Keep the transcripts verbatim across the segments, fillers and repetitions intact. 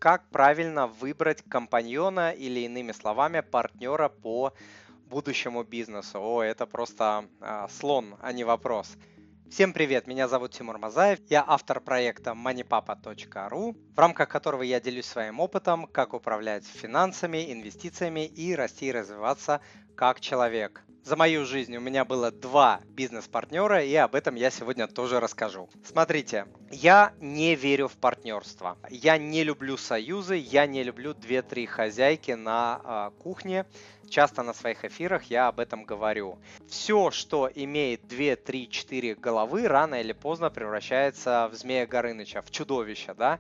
Как правильно выбрать компаньона или, иными словами, партнера по будущему бизнесу? О, это просто а, слон, а не вопрос. Всем привет, меня зовут Тимур Мазаев, я автор проекта moneypapa точка ру, в рамках которого я делюсь своим опытом, как управлять финансами, инвестициями и расти и развиваться как человек. За мою жизнь у меня было два бизнес-партнера, и об этом я сегодня тоже расскажу. Смотрите, я не верю в партнерство. Я не люблю союзы, я не люблю две-три хозяйки на а, кухне. Часто на своих эфирах я об этом говорю. Все, что имеет две, три, четыре головы, рано или поздно превращается в Змея Горыныча, в чудовище, да?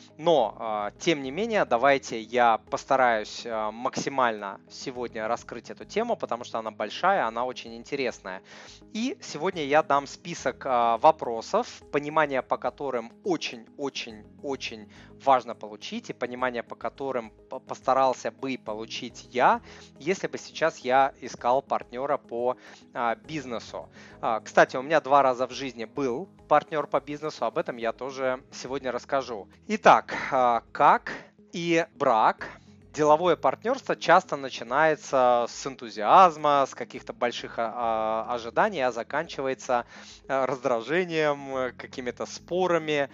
Но, э, тем не менее, давайте я постараюсь э, максимально сегодня раскрыть эту тему, потому что она большая, она очень интересная. И сегодня я дам список э, вопросов, понимание по которым очень-очень-очень важно получить, и понимание по которым постарался бы получить я, если бы сейчас я искал партнера по э, бизнесу. Э, кстати, у меня два раза в жизни был партнер по бизнесу, об этом я тоже сегодня расскажу. Итак, как и брак, деловое партнерство часто начинается с энтузиазма, с каких-то больших ожиданий, а заканчивается раздражением, какими-то спорами,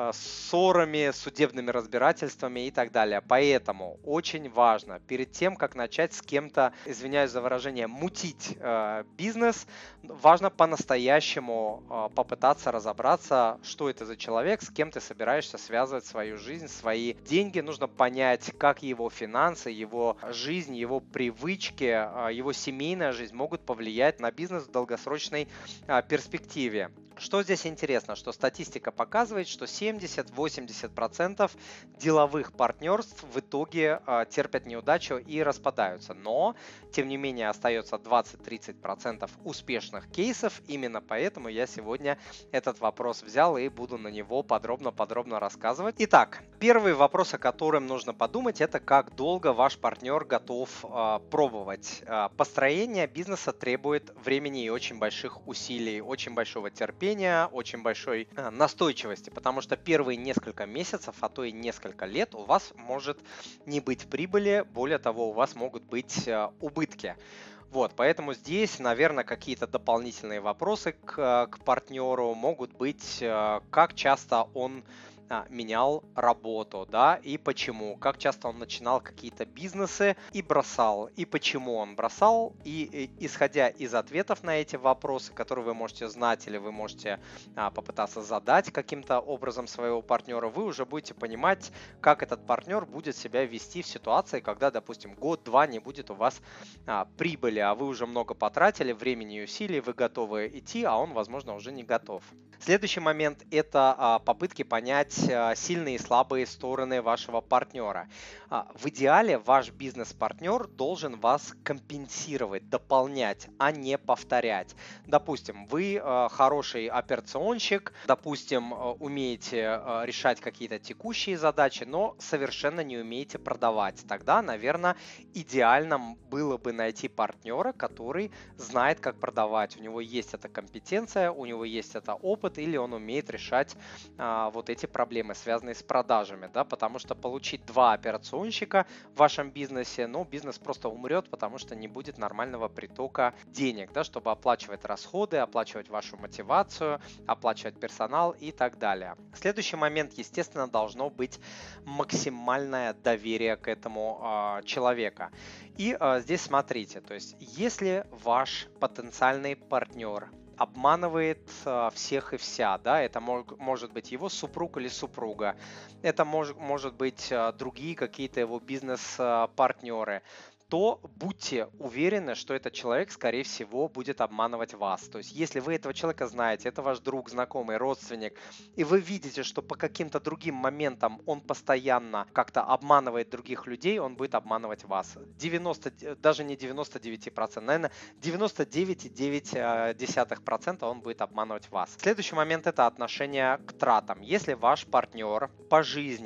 ссорами, судебными разбирательствами и так далее. Поэтому очень важно перед тем, как начать с кем-то, извиняюсь за выражение, мутить бизнес, важно по-настоящему попытаться разобраться, что это за человек, с кем ты собираешься связывать свою жизнь, свои деньги. Нужно понять, как его финансы, финансы, его жизнь, его привычки, его семейная жизнь могут повлиять на бизнес в долгосрочной перспективе. Что здесь интересно, что статистика показывает, что семьдесят-восемьдесят процентов деловых партнерств в итоге э, терпят неудачу и распадаются. Но, тем не менее, остается двадцать-тридцать процентов успешных кейсов. Именно поэтому я сегодня этот вопрос взял и буду на него подробно-подробно рассказывать. Итак, первый вопрос, о котором нужно подумать, это как долго ваш партнер готов э, пробовать. Э, построение бизнеса требует времени и очень больших усилий, очень большого терпения, очень большой э, настойчивости, потому что первые несколько месяцев, а то и несколько лет у вас может не быть прибыли, более того, у вас могут быть э, убытки. Вот, поэтому здесь, наверное, какие-то дополнительные вопросы к, к партнеру могут быть, э, как часто он а, менял работу, да, и почему, как часто он начинал какие-то бизнесы и бросал, и почему он бросал, и, и исходя из ответов на эти вопросы, которые вы можете знать или вы можете а, попытаться задать каким-то образом своего партнера, вы уже будете понимать, как этот партнер будет себя вести в ситуации, когда, допустим, год-два не будет у вас а, прибыли, а вы уже много потратили времени и усилий, вы готовы идти, а он, возможно, уже не готов. Следующий момент – это а, попытки понять сильные и слабые стороны вашего партнера. В идеале ваш бизнес-партнер должен вас компенсировать, дополнять, а не повторять. Допустим, вы хороший операционщик, допустим, умеете решать какие-то текущие задачи, но совершенно не умеете продавать. Тогда, наверное, идеально было бы найти партнера, который знает, как продавать. У него есть эта компетенция, у него есть это опыт, или он умеет решать а, вот эти проблемы. проблемы, связанные с продажами, да, потому что получить два операционщика в вашем бизнесе, ну, бизнес просто умрет, потому что не будет нормального притока денег, да, чтобы оплачивать расходы, оплачивать вашу мотивацию, оплачивать персонал и так далее. Следующий момент, естественно, должно быть максимальное доверие к этому э, человеку. И э, здесь смотрите, то есть, если ваш потенциальный партнер обманывает э, всех и вся, да, это мог, может быть его супруг или супруга, это мож, может быть э, другие какие-то его бизнес-партнеры, то будьте уверены, что этот человек, скорее всего, будет обманывать вас. То есть, если вы этого человека знаете, это ваш друг, знакомый, родственник, и вы видите, что по каким-то другим моментам он постоянно как-то обманывает других людей, он будет обманывать вас. девяносто, даже не девяносто девять процентов, наверное, девяносто девять целых девять десятых процента он будет обманывать вас. Следующий момент – это отношение к тратам. Если ваш партнер по жизни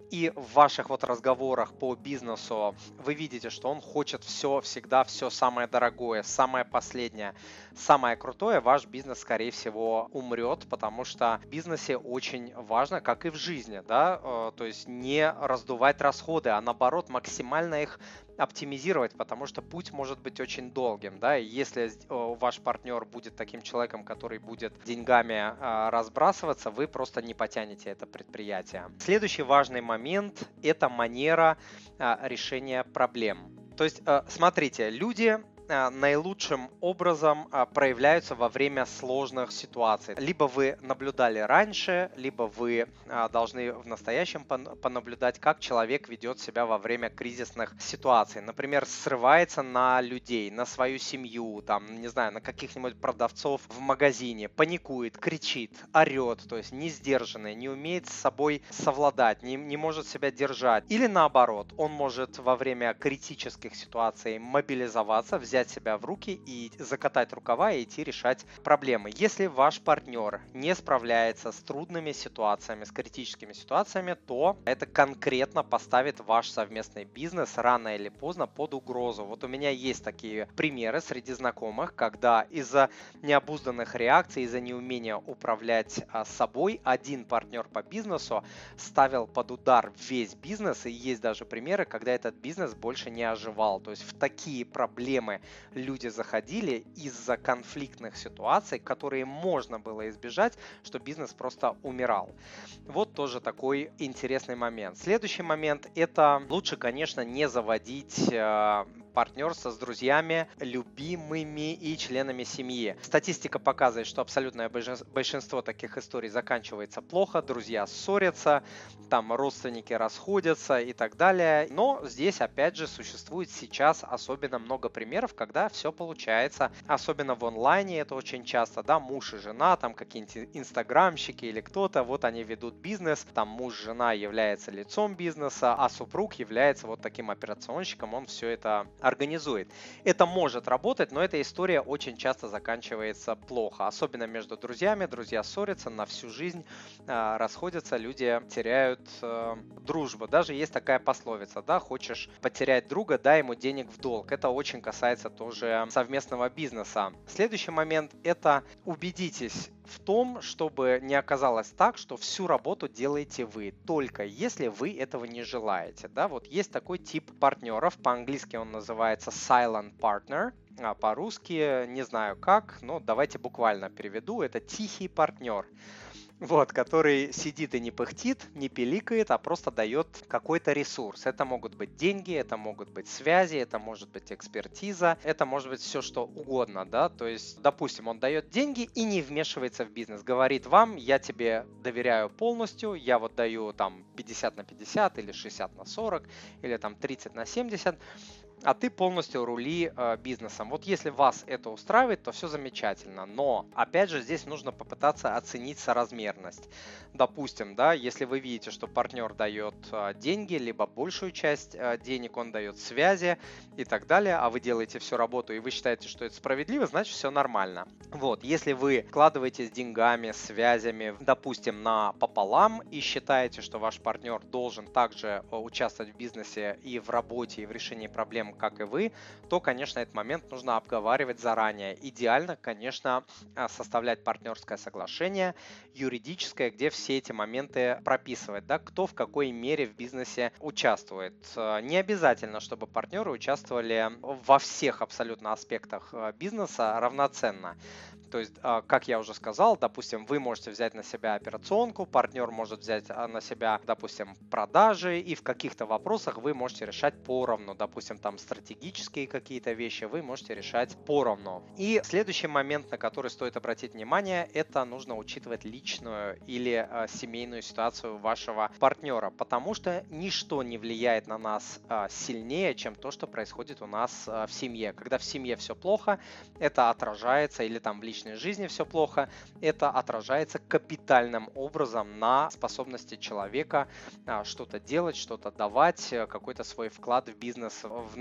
и в ваших вот разговорах по бизнесу вы видите, что он хочет все, всегда все самое дорогое, самое последнее, самое крутое, ваш бизнес, скорее всего, умрет, потому что в бизнесе очень важно, как и в жизни, да, э, то есть не раздувать расходы, а наоборот максимально их оптимизировать, потому что путь может быть очень долгим, да, и если э, ваш партнер будет таким человеком, который будет деньгами э, разбрасываться, вы просто не потянете это предприятие. Следующий важный момент – это манера э, решения проблем. То есть, э, смотрите, люди э, наилучшим образом э, проявляются во время сложных ситуаций. Либо вы наблюдали раньше, либо вы э, должны в настоящем пон- понаблюдать, как человек ведет себя во время кризисных ситуаций. Например, срывается на людей, на свою семью, там, не знаю, на каких-нибудь продавцов в магазине, паникует, кричит, орет, то есть не сдержанный, не умеет с собой совладать, не, не может себя держать. Или наоборот, он может во время критических ситуаций мобилизоваться, взять себя в руки и закатать рукава и идти решать проблемы. Если ваш партнер не справляется с трудными ситуациями, с критическими ситуациями, то это конкретно поставит ваш совместный бизнес рано или поздно под угрозу. Вот у меня есть такие примеры среди знакомых, когда из-за необузданных реакций, из-за неумения управлять а, собой, один партнер по бизнесу ставил под удар весь бизнес, и есть даже примеры, когда этот бизнес больше не оживал. То есть в такие проблемы люди заходили из-за конфликтных ситуаций, которые можно было избежать, что бизнес просто умирал. Вот тоже такой интересный момент. Следующий момент – это лучше, конечно, не заводить э, партнерство с друзьями, любимыми и членами семьи. Статистика показывает, что абсолютное большинство таких историй заканчивается плохо, друзья ссорятся, там родственники расходятся и так далее. Но здесь, опять же, существует сейчас особенно много примеров, когда все получается, особенно в онлайне, это очень часто, да, муж и жена, там какие-нибудь инстаграмщики или кто-то, вот они ведут бизнес, там муж-жена является лицом бизнеса, а супруг является вот таким операционщиком, он все это организует. Это может работать, но эта история очень часто заканчивается плохо, особенно между друзьями, друзья ссорятся на всю жизнь, э, расходятся, люди теряют э, дружбу. Даже есть такая пословица, да, хочешь потерять друга, дай ему денег в долг. Это очень касается тоже совместного бизнеса. Следующий момент – это убедитесь в том, чтобы не оказалось так, что всю работу делаете вы, только если вы этого не желаете. Да? Вот есть такой тип партнеров, по-английски он называется silent partner, а по-русски не знаю как, но давайте буквально переведу, это тихий партнер. Вот, который сидит и не пыхтит, не пиликает, а просто дает какой-то ресурс. Это могут быть деньги, это могут быть связи, это может быть экспертиза, это может быть все что угодно, да, то есть, допустим, он дает деньги и не вмешивается в бизнес, говорит вам, я тебе доверяю полностью, я вот даю там пятьдесят на пятьдесят или шестьдесят на сорок или там тридцать на семьдесят, а ты полностью рули э, бизнесом. Вот если вас это устраивает, то все замечательно. Но, опять же, здесь нужно попытаться оценить соразмерность. Допустим, да, если вы видите, что партнер дает э, деньги, либо большую часть э, денег он дает связи и так далее, а вы делаете всю работу и вы считаете, что это справедливо, значит все нормально. Вот, если вы вкладываетесь деньгами, связями, допустим, на пополам и считаете, что ваш партнер должен также э, участвовать в бизнесе и в работе, и в решении проблем, как и вы, то, конечно, этот момент нужно обговаривать заранее. Идеально, конечно, составлять партнерское соглашение юридическое, где все эти моменты прописывать, да, кто в какой мере в бизнесе участвует. Не обязательно, чтобы партнеры участвовали во всех абсолютно аспектах бизнеса равноценно. То есть, как я уже сказал, допустим, вы можете взять на себя операционку, партнер может взять на себя, допустим, продажи, и в каких-то вопросах вы можете решать поровну. Допустим, там стратегические какие-то вещи вы можете решать поровну. И следующий момент, на который стоит обратить внимание, это нужно учитывать личную или э, семейную ситуацию вашего партнера, потому что ничто не влияет на нас э, сильнее, чем то, что происходит у нас э, в семье. Когда в семье все плохо, это отражается, или там в личной жизни все плохо, это отражается капитальным образом на способности человека а, что-то делать, что-то давать, какой-то свой вклад в бизнес вносить.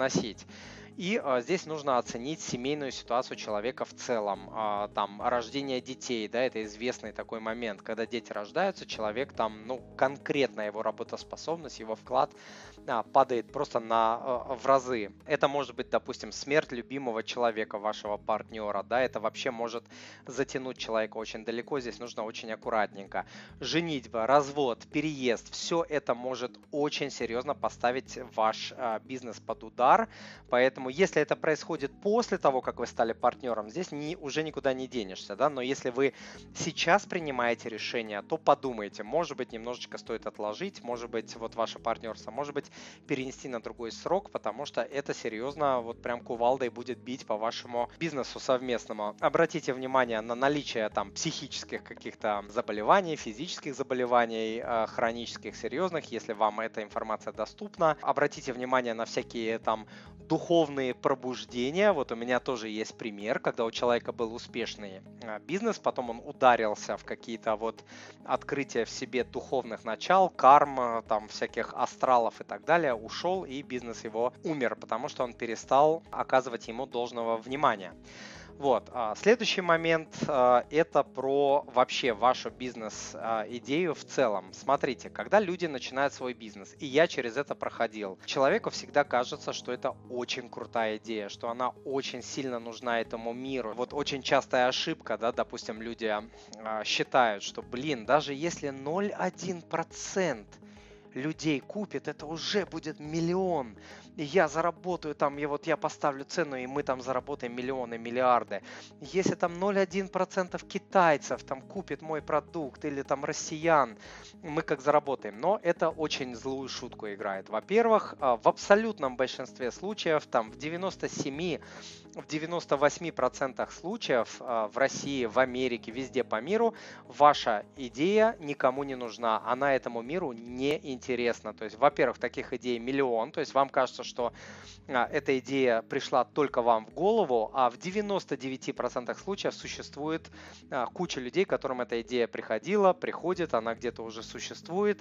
приносить. И а, здесь нужно оценить семейную ситуацию человека в целом. А, там рождение детей, да, это известный такой момент, когда дети рождаются, человек там, ну, конкретно его работоспособность, его вклад а, падает просто на, а, в разы. Это может быть, допустим, смерть любимого человека, вашего партнера, да, это вообще может затянуть человека очень далеко, здесь нужно очень аккуратненько. Женитьба, развод, переезд, все это может очень серьезно поставить ваш а, бизнес под удар, поэтому если это происходит после того, как вы стали партнером, здесь не, уже никуда не денешься, да, но если вы сейчас принимаете решение, то подумайте, может быть, немножечко стоит отложить, может быть, вот ваше партнерство, может быть, перенести на другой срок, потому что это серьезно вот прям кувалдой будет бить по вашему бизнесу совместному. Обратите внимание на наличие там психических каких-то заболеваний, физических заболеваний, э, хронических, серьезных, если вам эта информация доступна. Обратите внимание на всякие там духовные пробуждения. Вот у меня тоже есть пример, когда у человека был успешный э, бизнес, потом он ударился в какие-то вот открытия в себе духовных начал, карм, э, там всяких астралов и так далее, ушел, и бизнес его умер, потому что он перестал оказывать ему должного внимания. Вот. а, Следующий момент а, это про вообще вашу бизнес-идею в целом. Смотрите, когда люди начинают свой бизнес, и я через это проходил, человеку всегда кажется, что это очень крутая идея, что она очень сильно нужна этому миру. Вот очень частая ошибка, да, допустим, люди а, считают, что, блин, даже если ноль целых один десятых процента людей купит, это уже будет миллион. И я заработаю там, я вот я поставлю цену, и мы там заработаем миллионы, миллиарды. Если там ноль целых один десятых процента китайцев там купит мой продукт или там россиян, мы как заработаем. Но это очень злую шутку играет. Во-первых, в абсолютном большинстве случаев, там в девяноста семи, в девяноста восьми процентах случаев в России, в Америке, везде по миру ваша идея никому не нужна. Она этому миру не интересна. То есть, во-первых, таких идей миллион. То есть вам кажется, что а, эта идея пришла только вам в голову, а в девяноста девяти процентах случаев существует а, куча людей, которым эта идея приходила, приходит, она где-то уже существует.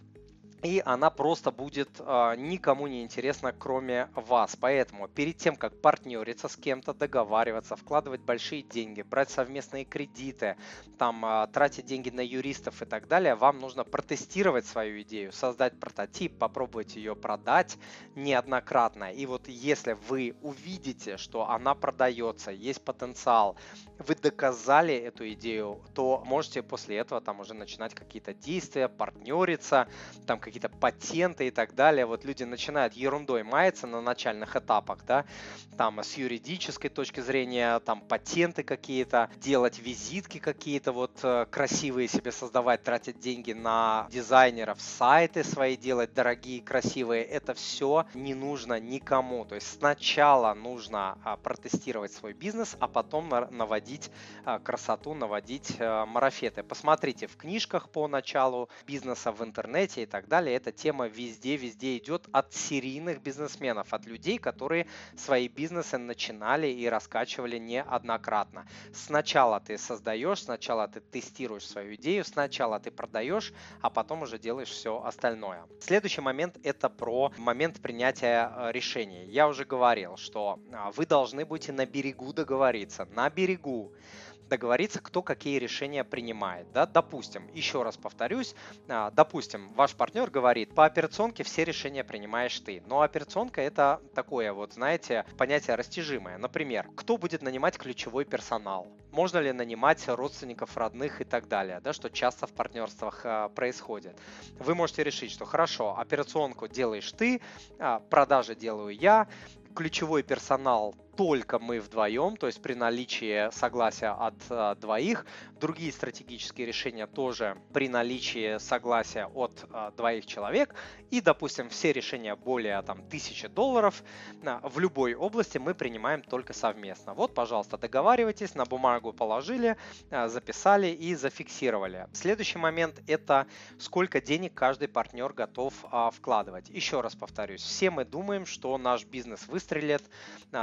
И она просто будет э, никому не интересна, кроме вас. Поэтому перед тем, как партнериться с кем-то, договариваться, вкладывать большие деньги, брать совместные кредиты, там, э, тратить деньги на юристов и так далее, вам нужно протестировать свою идею, создать прототип, попробовать ее продать неоднократно. И вот если вы увидите, что она продается, есть потенциал, вы доказали эту идею, то можете после этого там уже начинать какие-то действия, партнериться, там какие-то патенты и так далее. Вот люди начинают ерундой маяться на начальных этапах, да, там с юридической точки зрения, там патенты какие-то, делать визитки какие-то вот красивые себе создавать, тратить деньги на дизайнеров, сайты свои делать дорогие, красивые. Это все не нужно никому. То есть сначала нужно а, протестировать свой бизнес, а потом на- наводить а, красоту, наводить а, марафеты. Посмотрите в книжках по началу бизнеса в интернете и так далее. Эта тема везде-везде идет от серийных бизнесменов, от людей, которые свои бизнесы начинали и раскачивали неоднократно. Сначала ты создаешь, сначала ты тестируешь свою идею, сначала ты продаешь, а потом уже делаешь все остальное. Следующий момент – это про момент принятия э, решений. Я уже говорил, что а, вы должны будете на берегу договориться, на берегу договориться, кто какие решения принимает. Да? Допустим, еще раз повторюсь, а, допустим, ваш партнер говорит, по операционке все решения принимаешь ты. Но операционка это такое вот, знаете, понятие растяжимое. Например, кто будет нанимать ключевой персонал? Можно ли нанимать родственников, родных и так далее, да, что часто в партнерствах а, происходит. Вы можете решить, что хорошо, операционку делаешь ты, а, продажи делаю я, ключевой персонал только мы вдвоем, то есть при наличии согласия от а, двоих. Другие стратегические решения тоже при наличии согласия от а, двоих человек. И, допустим, все решения более там, тысячи долларов а, в любой области мы принимаем только совместно. Вот, пожалуйста, договаривайтесь, на бумагу положили, а, записали и зафиксировали. Следующий момент – это сколько денег каждый партнер готов а, вкладывать. Еще раз повторюсь, все мы думаем, что наш бизнес выстрелит, а, допустим,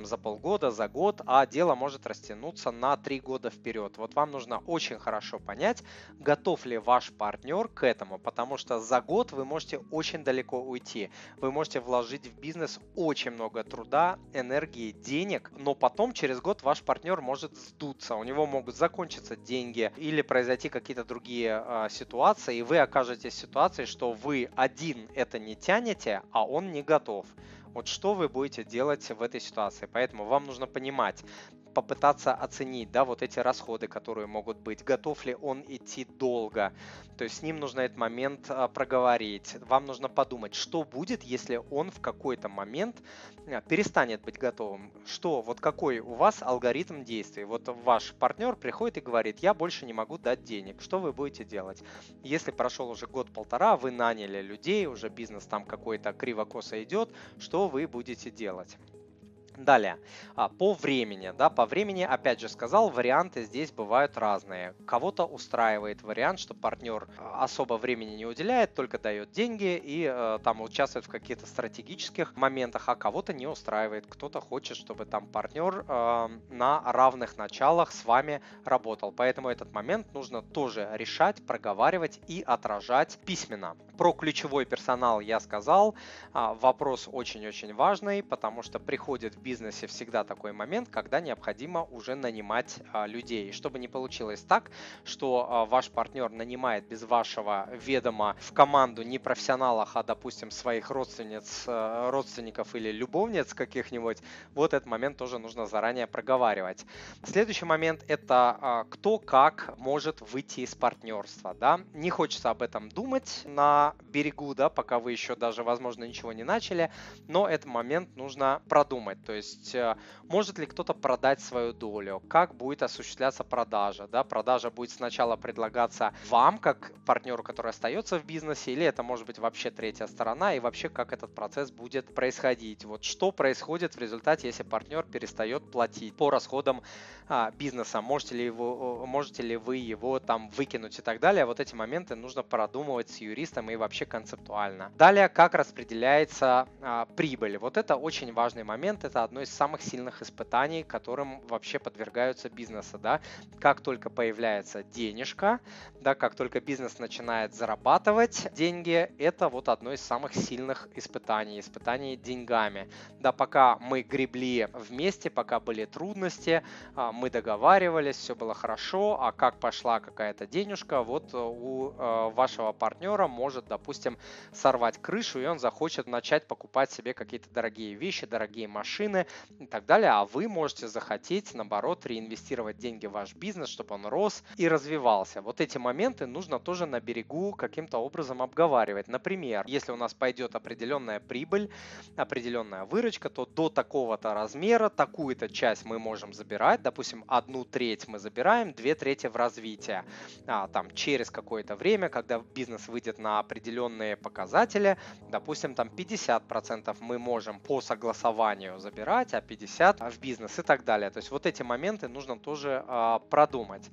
за полгода, за год, а дело может растянуться на три года вперед. Вот вам нужно очень хорошо понять, готов ли ваш партнер к этому, потому что за год вы можете очень далеко уйти. Вы можете вложить в бизнес очень много труда, энергии, денег, но потом через год ваш партнер может сдуться, у него могут закончиться деньги или произойти какие-то другие э, ситуации, и вы окажетесь в ситуации, что вы один это не тянете, а он не готов. Вот что вы будете делать в этой ситуации? Поэтому вам нужно понимать, попытаться оценить, да, вот эти расходы, которые могут быть, готов ли он идти долго. То есть с ним нужно этот момент а, проговорить. Вам нужно подумать, что будет, если он в какой-то момент а, перестанет быть готовым. Что, вот какой у вас алгоритм действий? Вот ваш партнер приходит и говорит, я больше не могу дать денег. Что вы будете делать? Если прошел уже год-полтора, вы наняли людей, уже бизнес там какой-то криво-косо идет, что вы будете делать? Далее, а, по времени, да, по времени, опять же сказал, варианты здесь бывают разные. Кого-то устраивает вариант, что партнер особо времени не уделяет, только дает деньги и э, там участвует в каких-то стратегических моментах, а кого-то не устраивает. Кто-то хочет, чтобы там партнер э, на равных началах с вами работал. Поэтому этот момент нужно тоже решать, проговаривать и отражать письменно. Про ключевой персонал я сказал. А, вопрос очень-очень важный, потому что приходит в бизнесе всегда такой момент, когда необходимо уже нанимать а, людей. Чтобы не получилось так, что а, ваш партнер нанимает без вашего ведома в команду не профессионалов, а, допустим, своих родственниц, а, родственников или любовниц каких-нибудь, вот этот момент тоже нужно заранее проговаривать. Следующий момент – это а, кто как может выйти из партнерства. Да? Не хочется об этом думать на берегу, да, пока вы еще даже, возможно, ничего не начали, но этот момент нужно продумать. То есть может ли кто-то продать свою долю, как будет осуществляться продажа, да, продажа будет сначала предлагаться вам, как партнеру, который остается в бизнесе, или это может быть вообще третья сторона, и вообще как этот процесс будет происходить. Вот что происходит в результате, если партнер перестает платить по расходам а, бизнеса, можете ли, его, можете ли вы его там выкинуть и так далее. Вот эти моменты нужно продумывать с юристом и вообще концептуально. Далее, как распределяется а, прибыль. Вот это очень важный момент, это одно из самых сильных испытаний, которым вообще подвергаются бизнесы, да. Как только появляется денежка, да, как только бизнес начинает зарабатывать деньги, это вот одно из самых сильных испытаний, испытаний деньгами. Да, пока мы гребли вместе, пока были трудности, мы договаривались, все было хорошо, а как пошла какая-то денежка, вот у вашего партнера может, допустим, сорвать крышу, и он захочет начать покупать себе какие-то дорогие вещи, дорогие машины и так далее, а вы можете захотеть, наоборот, реинвестировать деньги в ваш бизнес, чтобы он рос и развивался. Вот эти моменты нужно тоже на берегу каким-то образом обговаривать. Например, если у нас пойдет определенная прибыль, определенная выручка, то до такого-то размера такую-то часть мы можем забирать, допустим, одну треть мы забираем, две трети в развитие. А, там, через какое-то время, когда бизнес выйдет на определенные показатели, допустим, там пятьдесят процентов мы можем по согласованию забирать, а пятьдесят процентов в бизнес и так далее. То есть вот эти моменты нужно тоже а, продумать.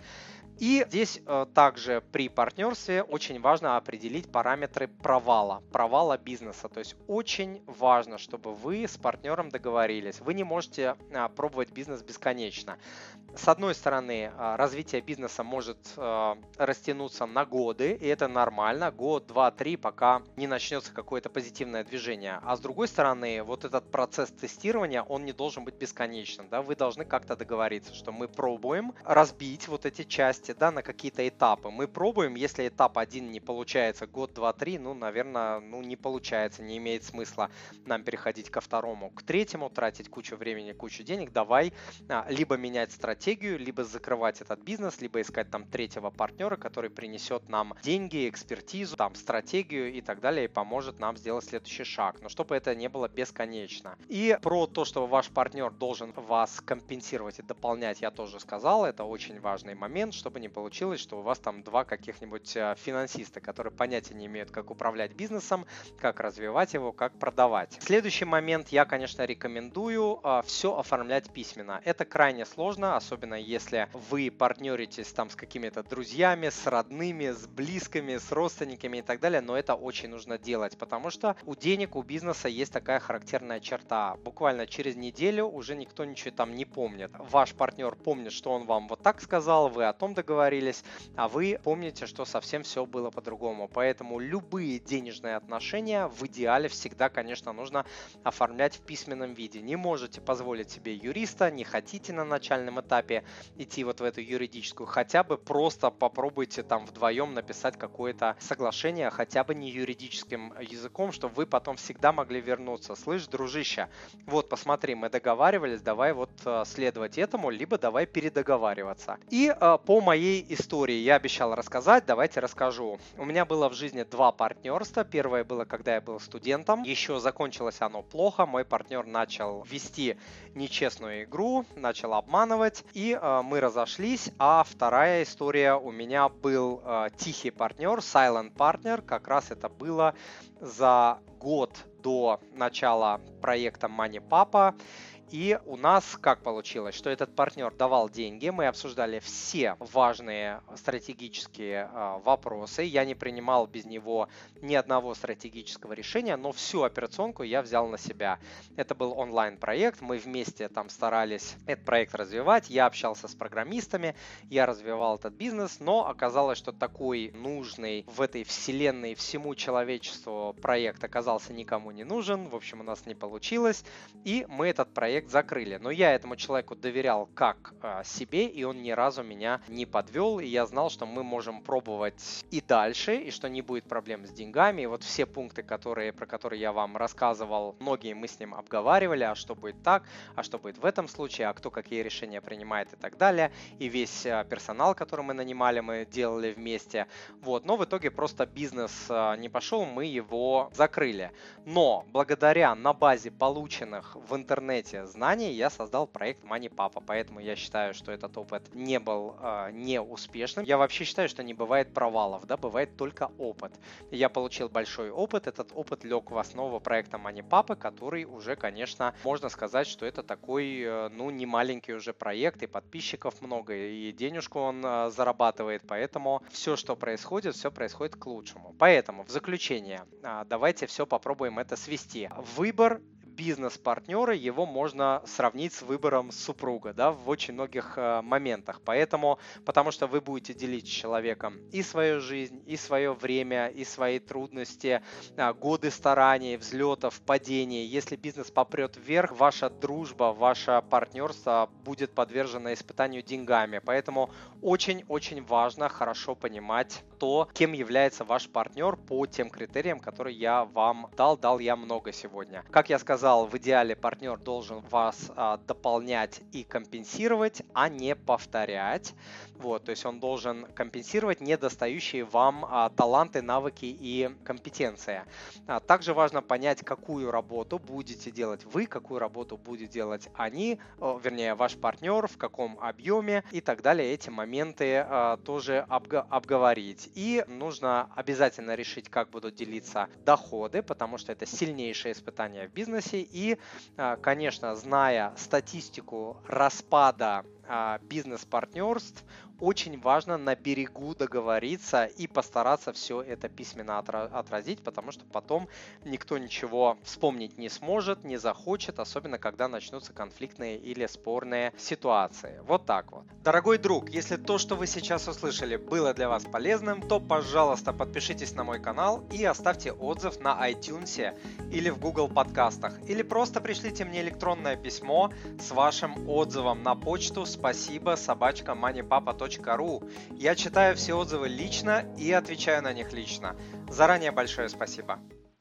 И здесь э, также при партнерстве очень важно определить параметры провала, провала бизнеса. То есть очень важно, чтобы вы с партнером договорились. Вы не можете э, пробовать бизнес бесконечно. С одной стороны, э, развитие бизнеса может э, растянуться на годы, и это нормально, год, два, три, пока не начнется какое-то позитивное движение. А с другой стороны, вот этот процесс тестирования, он не должен быть бесконечным. Да? Вы должны как-то договориться, что мы пробуем разбить вот эти части, да, на какие-то этапы. Мы пробуем, если этап один не получается, год, два, три, ну, наверное, ну, не получается, не имеет смысла нам переходить ко второму, к третьему, тратить кучу времени, кучу денег. Давай а, либо менять стратегию, либо закрывать этот бизнес, либо искать там третьего партнера, который принесет нам деньги, экспертизу, там, стратегию и так далее, и поможет нам сделать следующий шаг. Но чтобы это не было бесконечно. И про то, что ваш партнер должен вас компенсировать и дополнять, я тоже сказал, это очень важный момент, чтобы чтобы не получилось, что у вас там два каких-нибудь а, финансиста, которые понятия не имеют, как управлять бизнесом, как развивать его, как продавать. Следующий момент, я, конечно, рекомендую а, все оформлять письменно. Это крайне сложно, особенно если вы партнеритесь там с какими-то друзьями, с родными, с близкими, с родственниками и так далее, но это очень нужно делать, потому что у денег, у бизнеса есть такая характерная черта. Буквально через неделю уже никто ничего там не помнит. Ваш партнер помнит, что он вам вот так сказал, вы о том договорились, а вы помните, что совсем все было по-другому. Поэтому любые денежные отношения в идеале всегда, конечно, нужно оформлять в письменном виде. Не можете позволить себе юриста, не хотите на начальном этапе идти вот в эту юридическую, хотя бы просто попробуйте там вдвоем написать какое-то соглашение, хотя бы не юридическим языком, чтобы вы потом всегда могли вернуться. Слышь, дружище, вот посмотри, мы договаривались, давай вот следовать этому, либо давай передоговариваться. И э, по моей истории я обещал рассказать, давайте расскажу. У меня было в жизни два партнерства. Первое было, когда я был студентом. Еще закончилось оно плохо. Мой партнер начал вести нечестную игру, начал обманывать, и э, мы разошлись. А вторая история, у меня был э, тихий партнер, silent partner. Как раз это было за год до начала проекта MoneyPapa. И у нас как получилось, что этот партнер давал деньги, мы обсуждали все важные стратегические э, вопросы, я не принимал без него ни одного стратегического решения, но всю операционку я взял на себя. Это был онлайн-проект, мы вместе там старались этот проект развивать, я общался с программистами, я развивал этот бизнес, но оказалось, что такой нужный в этой вселенной всему человечеству проект оказался никому не нужен, в общем, у нас не получилось, и мы этот проект закрыли. Но я этому человеку доверял как э, себе, и он ни разу меня не подвел, и я знал, что мы можем пробовать и дальше, и что не будет проблем с деньгами. И вот все пункты, которые, про которые я вам рассказывал, многие мы с ним обговаривали, а что будет так, а что будет в этом случае, а кто какие решения принимает и так далее. И весь э, персонал, который мы нанимали, мы делали вместе. Вот. Но в итоге просто бизнес э, не пошел, мы его закрыли. Но благодаря на базе полученных в интернете знаний я создал проект MoneyPapa, поэтому я считаю, что этот опыт не был э, неуспешным. Я вообще считаю, что не бывает провалов, да, бывает только опыт. Я получил большой опыт, этот опыт лег в основу проекта MoneyPapa, который уже, конечно, можно сказать, что это такой, э, ну, не маленький уже проект, и подписчиков много, и денежку он э, зарабатывает, поэтому все, что происходит, все происходит к лучшему. Поэтому в заключение, э, давайте все попробуем это свести. Выбор бизнес-партнера, его можно сравнить с выбором супруга, да, в очень многих э, моментах. Поэтому, потому что вы будете делить с человеком и свою жизнь, и свое время, и свои трудности, э, годы стараний, взлетов, падений. Если бизнес попрет вверх, ваша дружба, ваше партнерство будет подвержено испытанию деньгами. Поэтому очень-очень важно хорошо понимать то, кем является ваш партнер по тем критериям, которые я вам дал, дал я много сегодня. Как я сказал, в идеале партнер должен вас а, дополнять и компенсировать, а не повторять. Вот, то есть он должен компенсировать недостающие вам а, таланты, навыки и компетенции. А, также важно понять, какую работу будете делать вы, какую работу будет делать они, о, вернее ваш партнер, в каком объеме и так далее. Эти моменты а, тоже обго- обговорить. И нужно обязательно решить, как будут делиться доходы, потому что это сильнейшее испытание в бизнесе. И, конечно, зная статистику распада бизнес-партнерств, очень важно на берегу договориться и постараться все это письменно отразить, потому что потом никто ничего вспомнить не сможет, не захочет, особенно когда начнутся конфликтные или спорные ситуации. Вот так вот. Дорогой друг, если то, что вы сейчас услышали, было для вас полезным, то, пожалуйста, подпишитесь на мой канал и оставьте отзыв на iTunes или в Google подкастах, или просто пришлите мне электронное письмо с вашим отзывом на почту спасибо собака moneypapa точка ру. Я читаю все отзывы лично и отвечаю на них лично. Заранее большое спасибо.